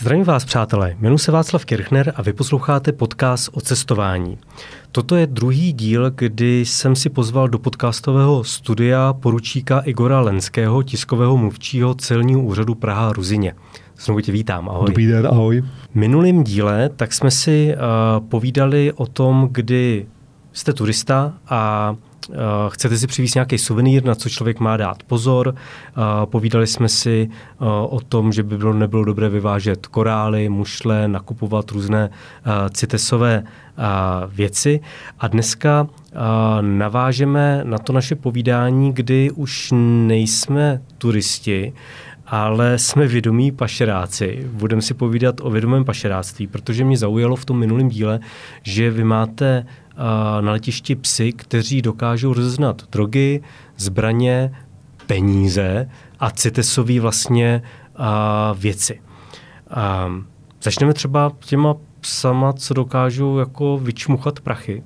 Zdravím vás, přátelé. Jmenuji se Václav Kirchner a vy posloucháte podcast o cestování. Toto je druhý díl, kdy jsem si pozval do podcastového studia poručíka Igora Lenského, tiskového mluvčího celního úřadu Praha-Ruzyně. Znovu tě vítám, ahoj. Dobrý den, ahoj. V minulém díle tak jsme si povídali o tom, kdy jste turista a chcete si přivést nějaký suvenýr, na co člověk má dát pozor. Povídali jsme si o tom, že by nebylo dobré vyvážet korály, mušle, nakupovat různé CITESové věci. A dneska navážeme na to naše povídání, kdy už nejsme turisti, ale jsme vědomí pašeráci. Budeme si povídat o vědomém pašeráctví, protože mě zaujalo v tom minulém díle, že vy máte na letišti psy, kteří dokážou rozeznat drogy, zbraně, peníze a CITESové vlastně věci. Začneme třeba těma psama, co dokážou jako vyčmuchat prachy.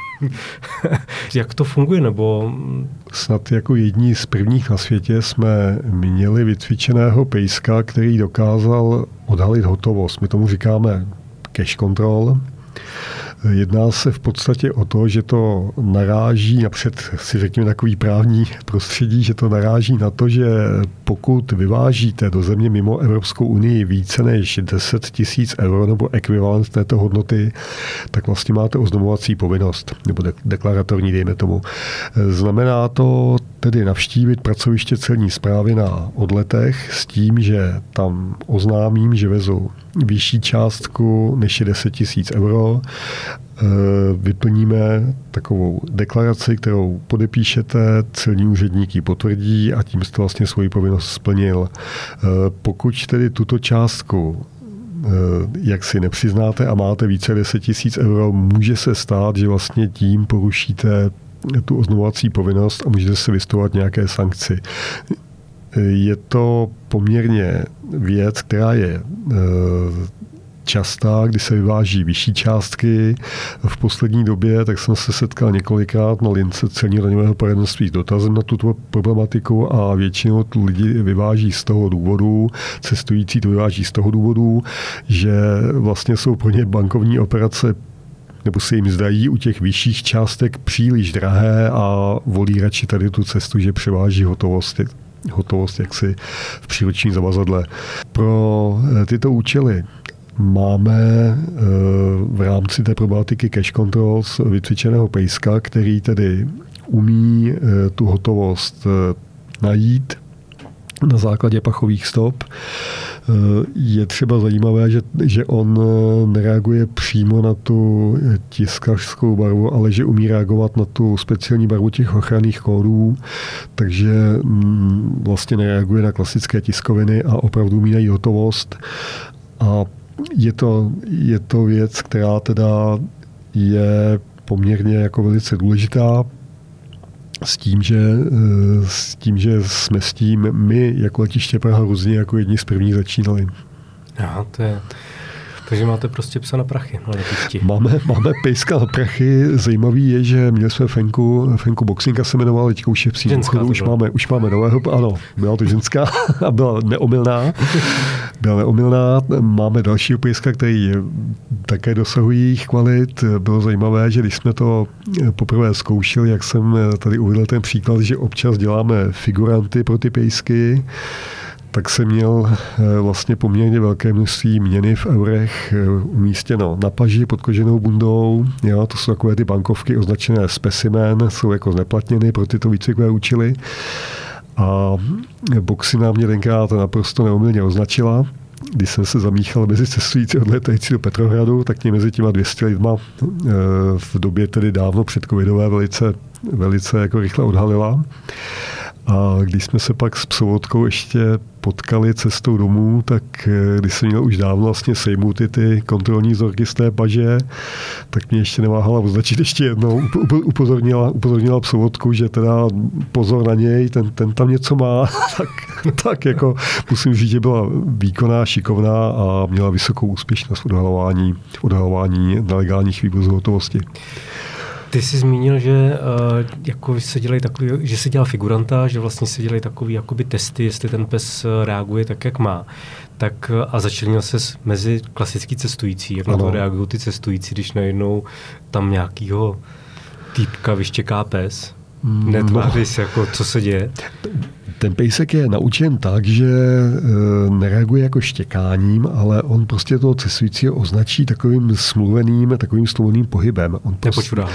Jak to funguje? Nebo snad jako jedni z prvních na světě jsme měli vycvičeného pejska, který dokázal odhalit hotovost. My tomu říkáme cash control. Jedná se v podstatě o to, že to naráží, napřed si řekněme takový právní prostředí, že to naráží na to, že pokud vyvážíte do země mimo Evropskou unii více než 10 000 euro nebo ekvivalent této hodnoty, tak vlastně máte oznamovací povinnost, nebo deklaratorní, dejme tomu. Znamená to tedy navštívit pracoviště celní správy na odletech s tím, že tam oznámím, že vezu vyšší částku než je 10 000 euro. Vyplníme takovou deklaraci, kterou podepíšete, celní úředník ji potvrdí a tím jste vlastně svoji povinnost splnil. Pokud tedy tuto částku jak si nepřiznáte a máte více 10 000 euro, může se stát, že vlastně tím porušíte tu oznamovací povinnost a můžete se vystavovat nějaké sankci. Je to poměrně věc, která je častá, kdy se vyváží vyšší částky. V poslední době tak jsem se setkal několikrát na lince celního daňového poradenství s dotazem na tuto problematiku a většinou tu lidi vyváží z toho důvodu, cestující to vyváží z toho důvodu, že vlastně jsou pro ně bankovní operace nebo se jim zdají u těch vyšších částek příliš drahé a volí radši tady tu cestu, že převáží hotovost jaksi v příruční zavazadle. Pro tyto účely máme v rámci té problematiky cash control vycvičeného pejska, který tedy umí tu hotovost najít na základě pachových stop. Je třeba zajímavé, že on nereaguje přímo na tu tiskařskou barvu, ale že umí reagovat na tu speciální barvu těch ochranných kódů, takže vlastně nereaguje na klasické tiskoviny a opravdu umí najít hotovost. A je to věc, která teda je poměrně jako velice důležitá, s tím, že jsme s tím my jako letiště Praha-Ruzyně jako jedni z prvních začínali. Aha, takže máte prostě psa na prachy na letišti. Máme pejska na prachy. Zajímavý je, že měli jsme Fenku Boxinka se jmenovala, teďka už je v důchodu, už máme nového, ano, byla to ženská a byla neomylná. Máme dalšího pejska, který také dosahuje jejich kvalit. Bylo zajímavé, že když jsme to poprvé zkoušeli, jak jsem tady uvedl ten příklad, že občas děláme figuranty pro ty pejsky, tak jsem měl vlastně poměrně velké množství měny v eurech umístěno na paži pod koženou bundou. Jo, to jsou takové ty bankovky označené specimen, jsou jako zneplatněny pro tyto výcvikové účely. A Boxina mě tenkrát naprosto neomylně označila. Když jsem se zamíchal mezi cestující odletající do Petrohradu, tak mě mezi těma 200 lidma v době tedy dávno předcovidové velice jako rychle odhalila. A když jsme se pak s psovodkou ještě potkali cestou domů, tak když jsem měl už dávno vlastně sejmuty ty kontrolní vzorky z té paže, tak mě ještě neváhala označit ještě jednou. Upozornila psovodku, že teda pozor na něj, ten tam něco má. tak jako musím říct, že byla výkonná, šikovná a měla vysokou úspěšnost v odhalování nelegálních vývozů hotovosti. Ty jsi zmínil, že jako se dělají takový, že se dělá figuranta, že vlastně se dělají takový jakoby testy, jestli ten pes reaguje tak, jak má. Tak a začlenil ses mezi klasický cestující, jak na to reagují ty cestující, když najednou tam nějakýho týpka vyštěká pes. Netváří se, jako co se děje. Ten pejsek je naučen tak, že nereaguje jako štěkáním, ale on prostě toho cestujícího označí takovým smluveným pohybem. On Nepočudá.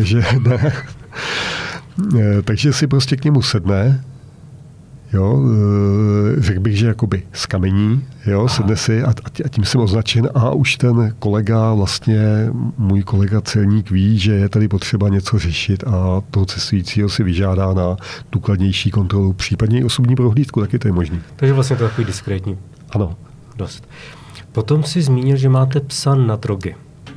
Takže si prostě k němu sedne, jo, řekl bych, že jakoby z kamení, jo, sedne si a tím jsem označen a už ten kolega, vlastně můj kolega celník ví, že je tady potřeba něco řešit a toho cestujícího si vyžádá na důkladnější kontrolu, případně i osobní prohlídku, taky to je možný. Takže vlastně to je takový diskrétní. Ano. Dost. Potom si zmínil, že máte psa na drogy.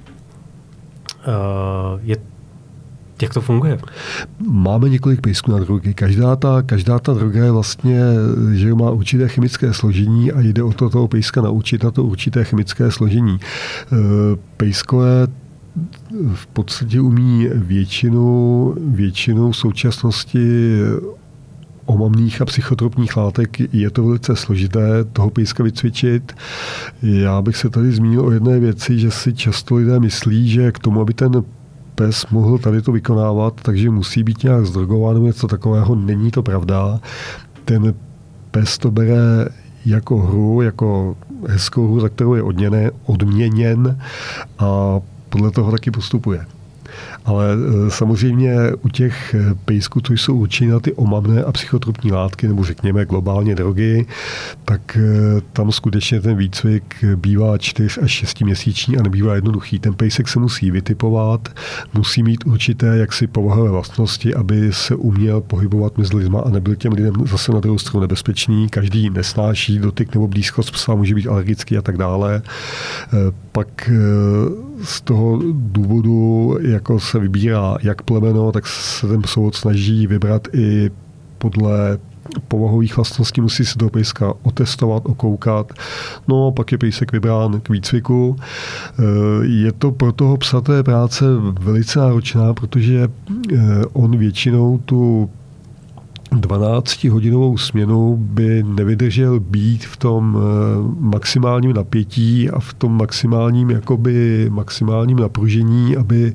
Jak to funguje? Máme několik pejsků na drogy. Každá ta droga je vlastně, že má určité chemické složení a jde o to toho pejska naučit na to určité chemické složení. Pejskové v podstatě umí většinou v současnosti omamných a psychotropních látek je to velice složité toho pejska vycvičit. Já bych se tady zmínil o jedné věci, že si často lidé myslí, že k tomu, aby ten pes mohl tady to vykonávat, takže musí být nějak zdrogován nebo něco takového. Není to pravda. Ten pes to bere jako hru, jako hezkou hru, za kterou je odměněn a podle toho taky postupuje. Ale samozřejmě u těch pejsků, co jsou určeny na ty omamné a psychotropní látky, nebo řekněme globálně drogy, tak tam skutečně ten výcvik bývá 4 až 6 měsíční a nebývá jednoduchý. Ten pejsek se musí vytipovat, musí mít určité jaksi povahové vlastnosti, aby se uměl pohybovat mezi lidma a nebyl těm lidem zase na druhou stranu nebezpečný. Každý nesnáší dotyk nebo blízkost psa, může být alergický a tak dále. Pak z toho důvodu, jako se vybírá jak plemeno, tak se ten psovod snaží vybrat i podle povahových vlastností, musí si toho pejska otestovat, okoukat. No, pak je pejsek vybrán k výcviku. Je to pro toho psa té práce velice náročná, protože on většinou tu 12hodinovou směnu by nevydržel být v tom maximálním napětí a v tom maximálním napružení, aby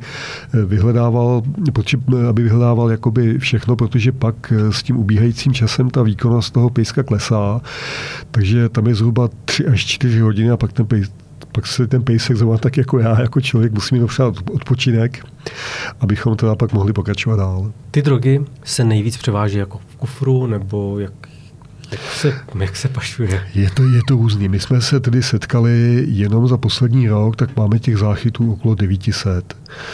vyhledával jakoby všechno, protože pak s tím ubíhajícím časem ta výkonnost toho pejska klesá. Takže tam je zhruba 3 až 4 hodiny a pak se ten pejsek zrovna tak jako já, jako člověk, musí mít dopřát odpočinek, abychom teda pak mohli pokračovat dál. Ty drogy se nejvíc převáží jako v kufru, nebo jak se pašuje? Je to různý. My jsme se tedy setkali jenom za poslední rok, tak máme těch záchytů okolo 900.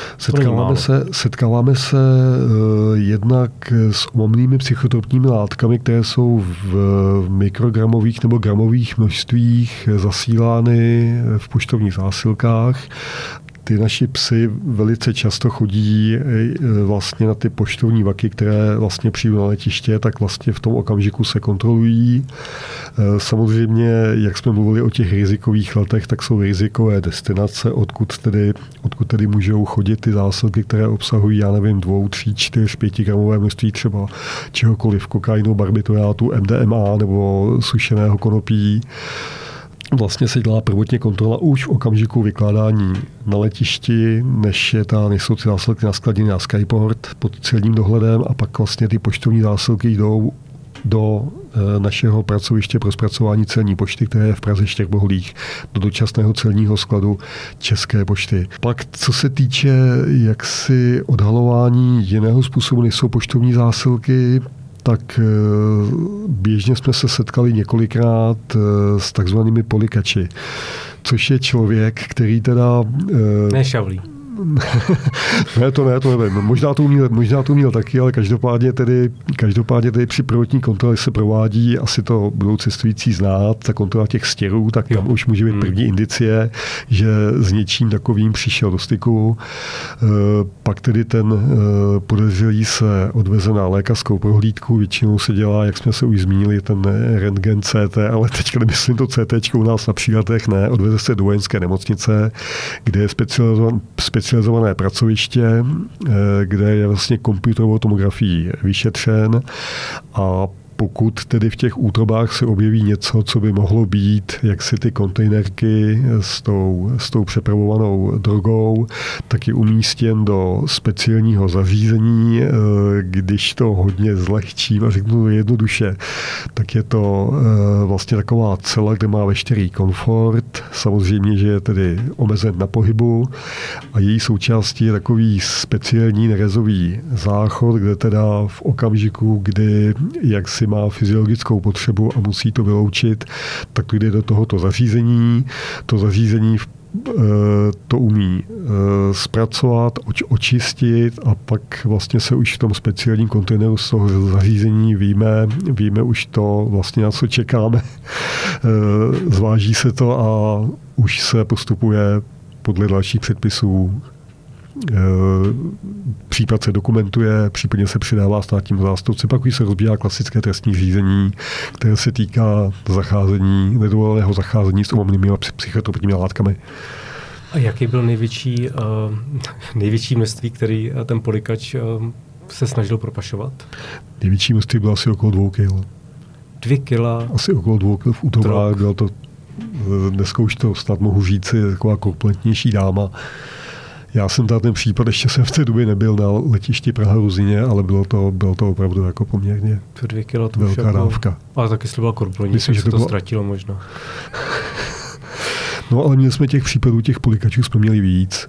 Setkáváme se jednak s omamnými psychotropními látkami, které jsou v mikrogramových nebo gramových množstvích zasílány v poštovních zásilkách. Ty naši psi velice často chodí vlastně na ty poštovní vaky, které vlastně přijdou na letiště, tak vlastně v tom okamžiku se kontrolují. Samozřejmě, jak jsme mluvili o těch rizikových letech, tak jsou rizikové destinace, odkud tedy můžou chodit ty zásilky, které obsahují, 2, 3, 4, 5 gramové množství třeba čehokoliv, kokainu, barbiturátu, MDMA nebo sušeného konopí. Vlastně se dělá prvotně kontrola už v okamžiku vykládání na letišti, než jsou ty zásilky naskladěny na Skyport pod celním dohledem a pak vlastně ty poštovní zásilky jdou do našeho pracoviště pro zpracování celní pošty, které je v Praze Štěrboholích, do dočasného celního skladu České pošty. Pak, co se týče jaksi odhalování jiného způsobu, než jsou poštovní zásilky, tak běžně jsme se setkali několikrát s takzvanými polikači, což je člověk, který teda... Nešavlí. To nevím. Možná to uměl taky, ale každopádně tedy při prvotní kontrole se provádí, asi to budou cestující znát, ta kontrola těch stěrů, tak tam už může být první indicie, že s něčím takovým přišel do styku. Pak tedy ten podezřelý se odveze na lékařskou prohlídku, většinou se dělá, jak jsme se už zmínili, ten rentgen CT, ale teďka nemyslím to CT u nás na příletech, ne, odveze se do vojenské nemocnice, kde je specializovaný specializované pracoviště, kde je vlastně komputerovou tomografií vyšetřen a pokud tedy v těch útrobách se objeví něco, co by mohlo být, jak si ty kontejnerky s tou přepravovanou drogou, tak je umístěn do speciálního zařízení. Když to hodně zlehčím a řeknu to jednoduše, tak je to vlastně taková cela, kde má veškerý komfort. Samozřejmě, že je tedy omezen na pohybu a její součástí je takový speciální nerezový záchod, kde teda v okamžiku, kdy jak si má fyziologickou potřebu a musí to vyloučit, tak to jde do tohoto zařízení. To zařízení to umí zpracovat, očistit a pak vlastně se už v tom speciálním kontejneru z toho zařízení víme už to vlastně, na co čekáme. Zváží se to a už se postupuje podle dalších předpisů. Případ se dokumentuje, případně se přidává státnímu zástupci, pak už se rozbíhá klasické trestní řízení, které se týká nedovoleného zacházení s omamnými a psychotropními látkami. A jaký byl největší množství, který ten polikač se snažil propašovat? Největší množství bylo asi okolo 2 kg. 2 kg? Asi okolo 2 kg v útrobách. Bylo to, dneska už to snad mohu říci, taková korpulentnější dáma. Já jsem ten případ, ještě jsem v té době nebyl na letišti Praha-Ruzyně, ale bylo to opravdu jako poměrně to 2 kg, to velká dávka. Ale tak jestli byla korpulentní, tak se to ztratilo možná. No ale měli jsme těch případů, těch polikačů jsme měli víc.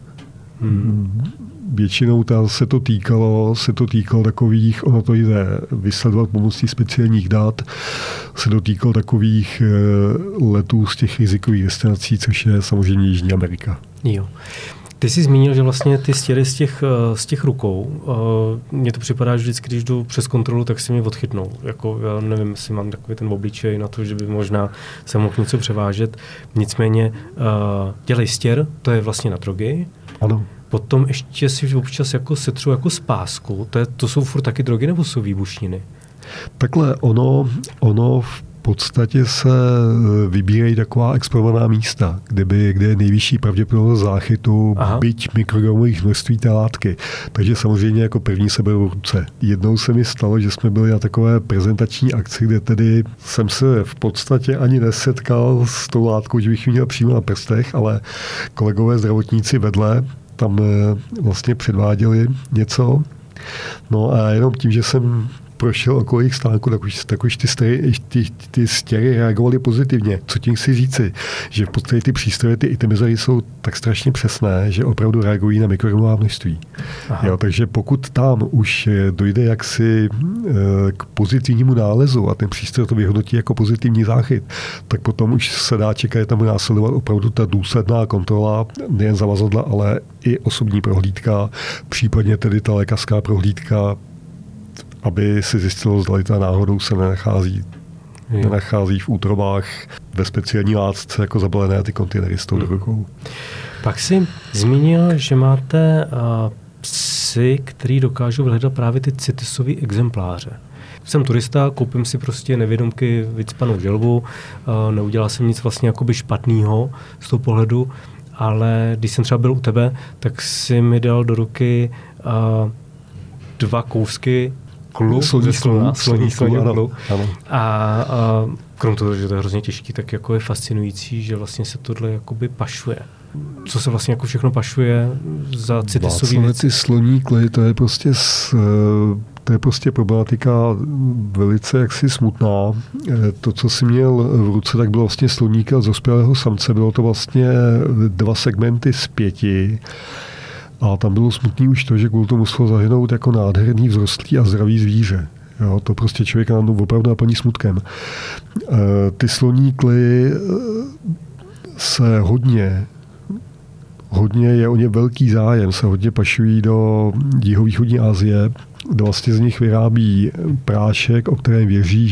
Většinou se to týkalo takových, ono to jde vysledovat pomocí speciálních dat, se to týkalo takových letů z těch rizikových destinací, což je samozřejmě Jižní Amerika. Jo. Ty jsi zmínil, že vlastně ty stěry z těch rukou, mně to připadá, že vždycky, když jdu přes kontrolu, tak si mě odchytnou. Jako, já nevím, jestli mám takový ten obličej na to, že by možná se mohl něco převážet. Nicméně dělej stěr, to je vlastně na drogy. Ano. Potom ještě si občas jako setřu jako spásku. To jsou furt taky drogy nebo jsou výbušniny? Takhle ono v podstatě se vybírají taková exponovaná místa, kde je nejvyšší pravděpodobnost záchytu, byť mikrogramových množství té látky. Takže samozřejmě jako první se berou ruce. Jednou se mi stalo, že jsme byli na takové prezentační akci, kde tedy jsem se v podstatě ani nesetkal s tou látkou, že bych ji měl přímo na prstech, ale kolegové zdravotníci vedle tam vlastně předváděli něco. No a jenom tím, že jsem prošel okolo jejich stánku, tak už ty stěry reagovaly pozitivně. Co tím chci říci? Že v podstatě ty přístroje, ty itemizory jsou tak strašně přesné, že opravdu reagují na mikrogramová množství. Jo, takže pokud tam už dojde jaksi k pozitivnímu nálezu a ten přístroj to vyhodnotí jako pozitivní záchyt, tak potom už se dá čekat, že tam bude následovat opravdu ta důsledná kontrola, nejen zavazadla, ale i osobní prohlídka, případně tedy ta lékařská prohlídka, aby si zjistilo, zda ta náhodou se nenachází v útrobách ve speciální látce jako zabalené ty kontejnery s tou drogou. Pak si zmínil, že máte psy, který dokážou vyhledat právě ty citisové exempláře. Jsem turista, koupím si prostě nevědomky vycpanou želvu, neudělal jsem nic vlastně jakoby špatného z toho pohledu, ale když jsem třeba byl u tebe, tak si mi dal do ruky 2 kousky sloní klu. A krom toho, že to je hrozně těžký, tak jako je fascinující, že vlastně se tohle jakoby pašuje. Co se vlastně jako všechno pašuje za citisový věci? Ty sloní kly, to je prostě problematika velice jaksi smutná. To, co jsi měl v ruce, tak bylo vlastně sloník z dospělého samce. Bylo to vlastně 2 segmenty z 5. A tam bylo smutný už to, že kvůli tomu muselo zahynout jako nádherný, vzrostlý a zdravý zvíře. Jo, to prostě člověka opravdu naplní smutkem. Ty sloní kly se hodně je o ně velký zájem, se hodně pašují do jihovýchodní Asie, vlastně z nich vyrábí prášek, o kterém věří,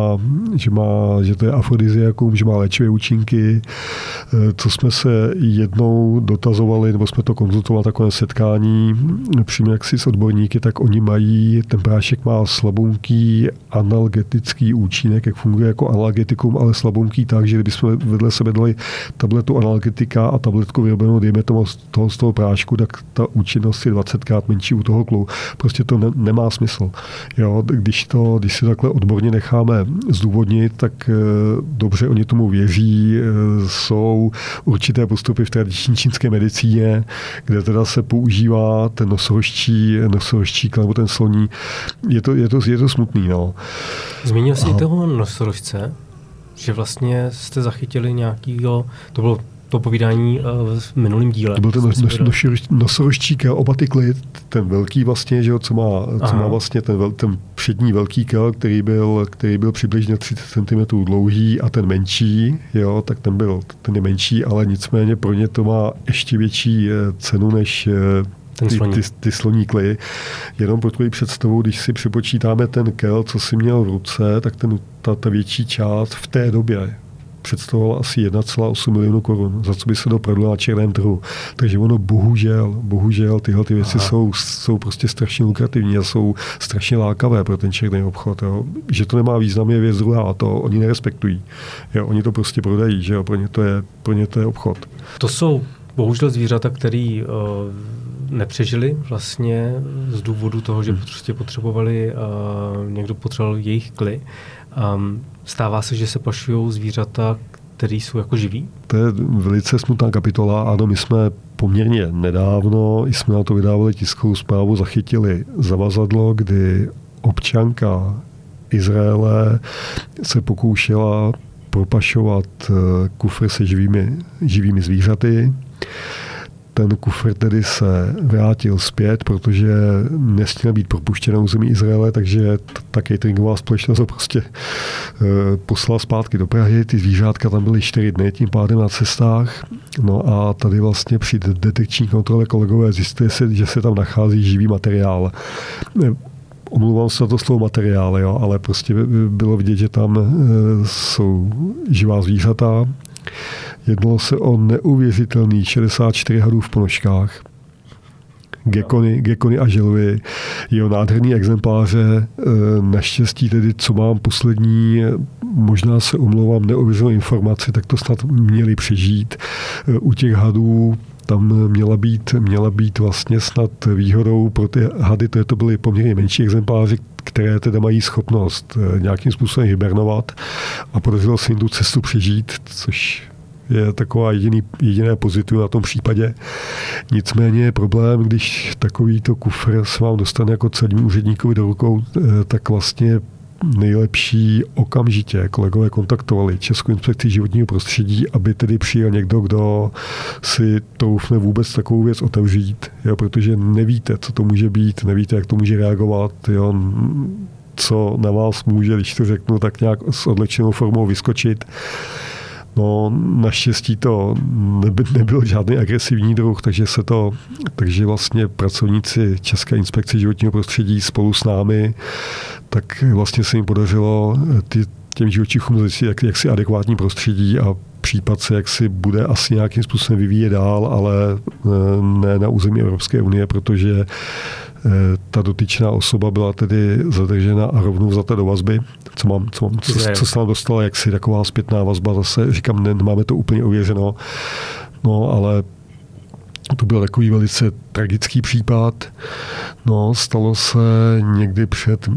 že to je afrodiziakum, že má léčivé účinky. Co jsme se jednou dotazovali, nebo jsme to konzultovali takové setkání přímo jaksi s odborníky, tak oni mají, ten prášek má slabonký analgetický účinek, jak funguje jako analgetikum, ale slabonký tak, že kdybychom vedle sebe dali tabletu analgetika a tabletku vyrobenou, dejme tomu z toho prášku, tak ta účinnost je 20krát menší u toho klu. Prostě to nemá smysl. Jo, když si takhle odborně necháme zdůvodnit, tak dobře oni tomu věří. Jsou určité postupy v tradiční čínské medicíně, kde teda se používá ten nosorožčík nebo ten sloní. Je to smutný. No. Zmínil jsi toho nosorožce, že vlastně jste zachytili nějakýho, to bylo to povídání v minulém díle. To byl ten nosorožčík, oba ty kly, ten velký vlastně, že jo, co má vlastně ten přední velký kel, který byl přibližně 30 cm dlouhý a ten menší, jo, tak ten je menší, ale nicméně pro ně to má ještě větší cenu než ty sloní kly. Jenom pro tvoji představu, když si připočítáme ten kel, co si měl v ruce, tak ta větší část v té době představovala asi 1,8 milionu korun, za co by se doprodalo na černém trhu. Takže ono bohužel tyhle ty věci jsou prostě strašně lukrativní a jsou strašně lákavé pro ten černý obchod. Jo. Že to nemá význam, je věc druhá, to oni nerespektují. Jo, oni to prostě prodají, že jo, pro ně to je obchod. To jsou bohužel zvířata, který nepřežili vlastně z důvodu toho, že prostě někdo potřeboval jejich kly. Stává se, že se pašují zvířata, které jsou jako živí? To je velice smutná kapitola. Ano, my jsme poměrně nedávno, jsme na to vydávali tiskovou zprávu, zachytili zavazadlo, kdy občanka Izraele se pokoušela propašovat kufr se živými zvířaty. Ten kufr tedy se vrátil zpět, protože nesměl být propuštěn na území Izraele, takže ta cateringová společnost ho prostě poslala zpátky do Prahy. Ty zvířátka tam byly 4 dny, tím pádem na cestách. No a tady vlastně při detekční kontrole kolegové zjistili si, že se tam nachází živý materiál. Omlouvám se za to slovo materiál, jo, ale prostě bylo vidět, že tam jsou živá zvířata. Jednalo se o neuvěřitelný 64 hadů v ponožkách, gekony a želvy, jeho nádherný exempláře. Naštěstí tedy, co mám poslední, možná se omlouvám, neuvěřitelnou informaci, tak to snad měli přežít. U těch hadů tam měla být vlastně snad výhodou pro ty hady, to byly poměrně menší exempláři, které teda mají schopnost nějakým způsobem hibernovat a podařilo se jim tu cestu přežít, což je taková jediné pozitivum na tom případě. Nicméně je problém, když takovýto kufr se vám dostane jako celnímu úředníkovi do rukou, tak vlastně nejlepší okamžitě kolegové kontaktovali Českou inspekci životního prostředí, aby tedy přijel někdo, kdo si troufne vůbec takovou věc otevřít, jo, protože nevíte, co to může být, nevíte, jak to může reagovat, jo, co na vás může, když to řeknu, tak nějak s odlečenou formou vyskočit. No, naštěstí to nebyl žádný agresivní druh, takže vlastně pracovníci České inspekce životního prostředí spolu s námi, tak vlastně se jim podařilo těm živočichům zajistit jaksi adekvátní prostředí a případ se jaksi bude asi nějakým způsobem vyvíjet dál, ale ne na území Evropské unie, protože ta dotyčná osoba byla tedy zadržena a rovnou vzata do vazby. Co se nám dostala, jaksi taková zpětná vazba, zase říkám, nemáme to úplně ověřeno, no ale to byl takový velice tragický případ. No, stalo se někdy před,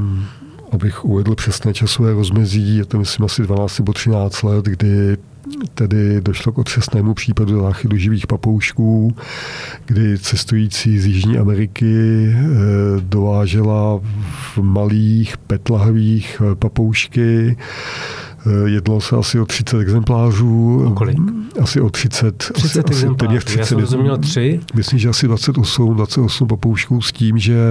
abych uvedl přesné časové rozmezí, je to myslím asi 12 nebo 13 let, kdy tedy došlo k otřesnému případu záchytu živých papoušků, kdy cestující z Jižní Ameriky dovážela v malých petlahvích papoušky. Jednalo se asi o 30 exemplářů. O kolik? Asi o 30. 30 exemplářů. Já jsem rozuměl 3. Myslím, že asi 28 papoušků s tím, že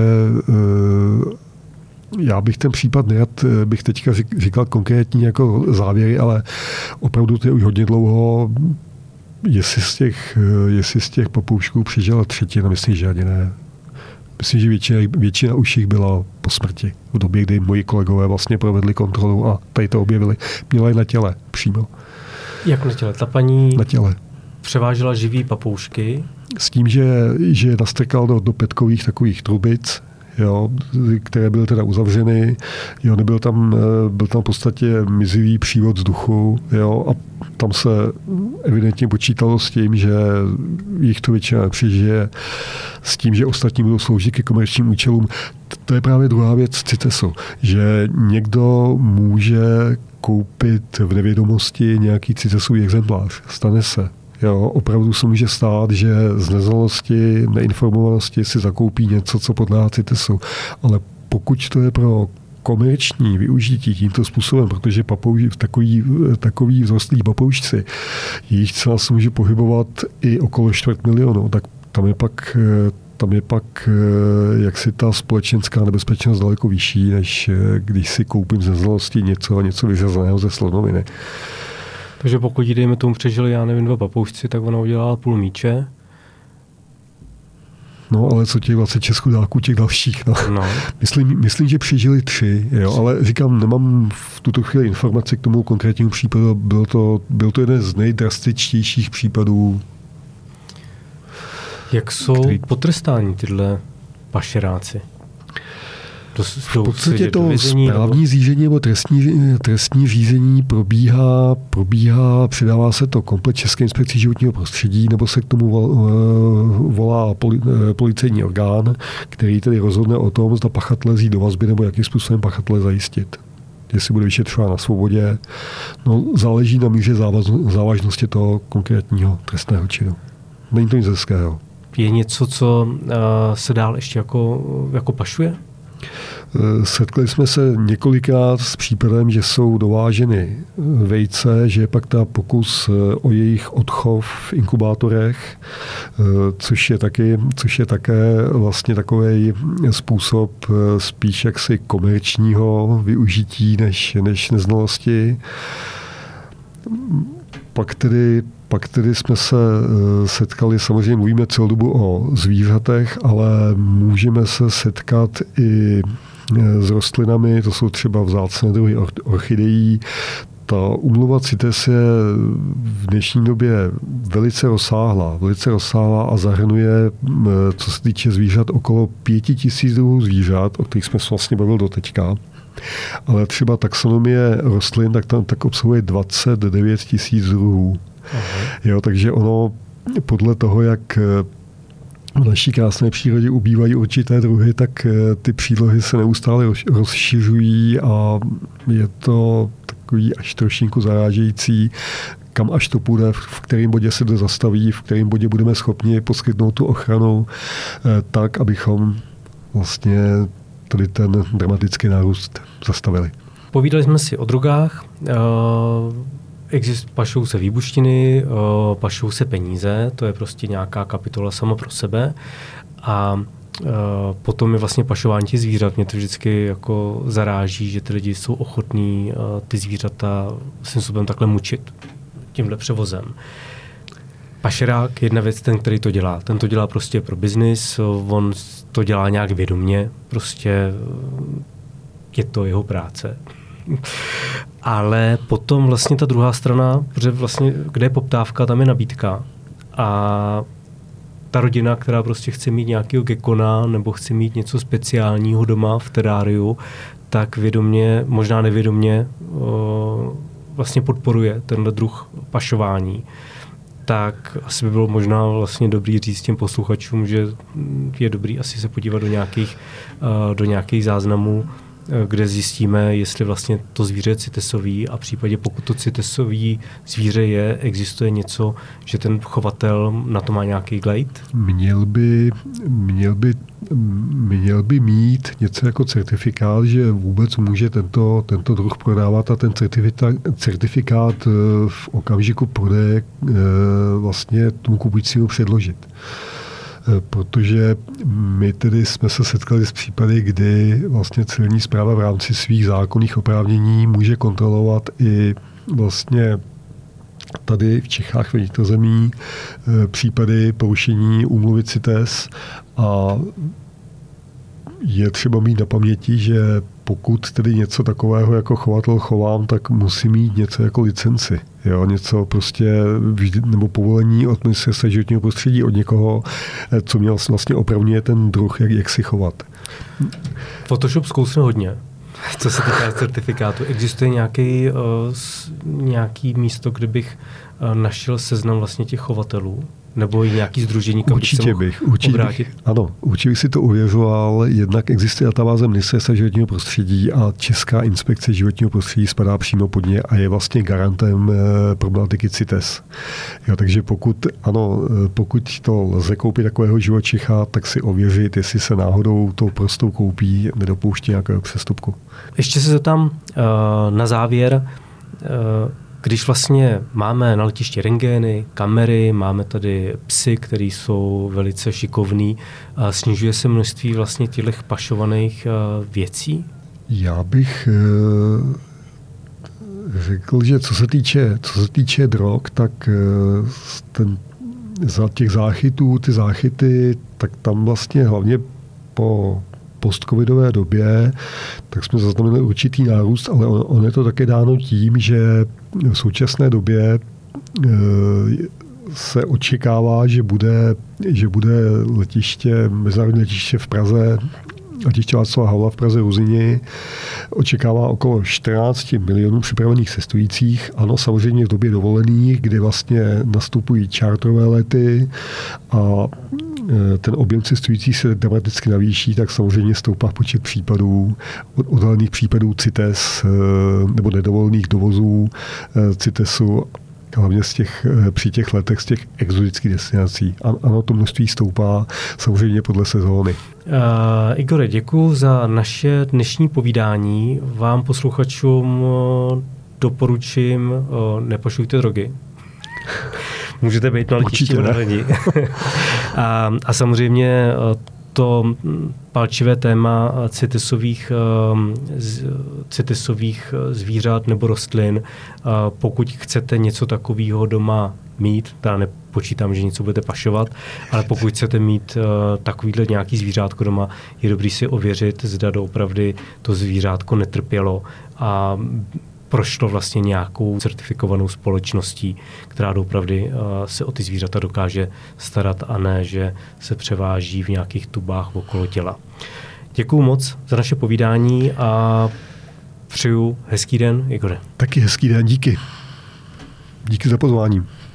já bych ten případ nerad, bych teďka říkal konkrétní jako závěry, ale opravdu to je už hodně dlouho. Jestli z těch papoušků přežila třetina, myslím, že ani ne. myslím, že většina už jich byla po smrti. V době, kdy moji kolegové vlastně provedli kontrolu a tady to objevili. Měla je na těle přímo. Jak na těle? Ta paní na těle převážela živý papoušky? S tím, že nastrkal do petkových takových trubic, jo, které byly teda uzavřeny. Jo, byl tam v podstatě mizivý přívod vzduchu, jo, a tam se evidentně počítalo s tím, že jich to většina nepřežije, s tím, že ostatní budou sloužit ke komerčním účelům. To je právě druhá věc CITESu, že někdo může koupit v nevědomosti nějaký CITESový exemplář. Stane se. Jo, opravdu se může stát, že z neznalosti, neinformovanosti si zakoupí něco, co podléhá CITESu. Ale pokud to je pro komerční využití tímto způsobem, protože takový vzrostlí papoušci, jejich cena se může pohybovat i okolo 250 000, tak tam je pak jaksi ta společenská nebezpečnost daleko vyšší, než když si koupím z neznalosti něco vyřazeného ze slonoviny. Takže pokud dejme tomu přežili, já nevím, 2 papoušci, tak ona udělala půl míče. No, ale co těch 26 chudáků, těch dalších, no. Myslím, že přežili 3, jo, ale říkám, nemám v tuto chvíli informaci k tomu konkrétnímu případu. Byl to jeden z nejdrastičtějších případů. Jak jsou potrestáni tyhle pašeráci? V podstatě to správní řízení nebo trestní řízení probíhá, předává se to komplet České inspekci životního prostředí, nebo se k tomu volá policejní orgán, který tedy rozhodne o tom, zda pachatele vzít do vazby, nebo jakým způsobem pachatele zajistit. Jestli bude vyšetřován na svobodě. No, záleží na míře závažnosti toho konkrétního trestného činu. Není to nic hezkého. Je něco, co se dál ještě jako pašuje? Setkali jsme se několikrát s případem, že jsou dováženy vejce, že je pak ta pokus o jejich odchov v inkubátorech, což je také vlastně takový způsob spíš jaksi komerčního využití než neznalosti. Pak tedy jsme se setkali, samozřejmě mluvíme celou dobu o zvířatech, ale můžeme se setkat i s rostlinami, to jsou třeba vzácné druhy orchidejí. Ta úmluva CITES je v dnešní době velice rozsáhlá a zahrnuje, co se týče zvířat, okolo 5000 druhů zvířat, o kterých jsme se vlastně bavili doteďka. Ale třeba taxonomie rostlin tak obsahuje 29 000 druhů. Jo, takže ono podle toho, jak v naší krásné přírodě ubývají určité druhy, tak ty přílohy se neustále rozšiřují a je to takový až trošinku zarážející, kam až to půjde, v kterém bodě se to zastaví, v kterém bodě budeme schopni poskytnout tu ochranu tak, abychom vlastně tady ten dramatický nárůst zastavili. Povídali jsme si o drogách, pašou se výbušniny, pašou se peníze, to je prostě nějaká kapitola sama pro sebe. A potom je vlastně pašování těch zvířat. Mě to vždycky jako zaráží, že ty lidi jsou ochotní ty zvířata svým způsobem takhle mučit tímhle převozem. Pašerák, jedna věc, ten, který to dělá. Ten to dělá prostě pro biznis, on to dělá nějak vědomě, prostě je to jeho práce. Ale potom vlastně ta druhá strana, protože vlastně, kde je poptávka, tam je nabídka. A ta rodina, která prostě chce mít nějakého gekona nebo chce mít něco speciálního doma v teráriu, tak vědomě, možná nevědomě, vlastně podporuje tenhle druh pašování. Tak asi by bylo možná vlastně dobrý říct těm posluchačům, že je dobrý asi se podívat do nějakých záznamů, kde zjistíme, jestli vlastně to zvíře je CITESový a v případě, pokud to CITESový zvíře je, existuje něco, že ten chovatel na to má nějaký glejt? Měl by mít něco jako certifikát, že vůbec může tento druh prodávat a ten certifikát v okamžiku prodeje vlastně tomu kupujícímu předložit. Protože my tedy jsme se setkali s případy, kdy vlastně celní správa v rámci svých zákonných oprávnění může kontrolovat i vlastně tady v Čechách, v vnitrozemí, případy porušení úmluvy CITES a je třeba mít na paměti, že pokud tedy něco takového jako chovatel chovám, tak musím mít něco jako licenci. Jo, něco prostě, nebo povolení od Ministerstva životního prostředí, od někoho, co mě vlastně opravňuje ten druh, jak si chovat. Photoshop zkousne hodně, co se týká certifikátu. Existuje nějaký místo, kde bych našel seznam vlastně těch chovatelů? Nebo i nějaký sdružení, kam určitě bych obrátit? Ano, určitě bych si to uvěřoval. Jednak existuje databáze Ministerstva životního prostředí a Česká inspekce životního prostředí spadá přímo pod ně a je vlastně garantem problematiky CITES. Jo, takže pokud to lze koupit takového živočicha, tak si ověřit, jestli se náhodou tou prostou koupí, nedopouští nějakého přestupku. Ještě se zeptám na závěr, když vlastně máme na letišti rentgény, kamery, máme tady psy, který jsou velice šikovní, snižuje se množství vlastně těch pašovaných věcí? Já bych řekl, že co se týče drog, tak za těch záchytů, ty záchyty, tak tam vlastně hlavně po postcovidové době, tak jsme zaznamenali určitý nárůst, ale on je to také dáno tím, že v současné době se očekává, že bude mezinárodní letiště v Praze, letiště Václava Havla v Praze Ruzyni, očekává okolo 14 milionů připravených cestujících. Ano, samozřejmě v době dovolených, kdy vlastně nastupují charterové lety a ten objem cestujících se dramaticky navýší, tak samozřejmě stoupá počet případů, odhalených případů CITES nebo nedovolených dovozů CITESu, hlavně při těch letech z těch exotických destinací. Ano, to množství stoupá samozřejmě podle sezóny. Igore, děkuji za naše dnešní povídání. Vám posluchačům doporučím, nepašujte drogy. Můžete být na letišti odhalení. A samozřejmě to palčivé téma CITESových zvířat nebo rostlin. Pokud chcete něco takového doma mít, teda nepočítám, že něco budete pašovat, ale pokud chcete mít takovýhle nějaký zvířátko doma, je dobrý si ověřit, zda doopravdy to zvířátko netrpělo a prošlo vlastně nějakou certifikovanou společností, která doopravdy se o ty zvířata dokáže starat a ne, že se převáží v nějakých tubách okolo těla. Děkuju moc za naše povídání a přeju hezký den, Igore. Taky hezký den, díky. Díky za pozvání.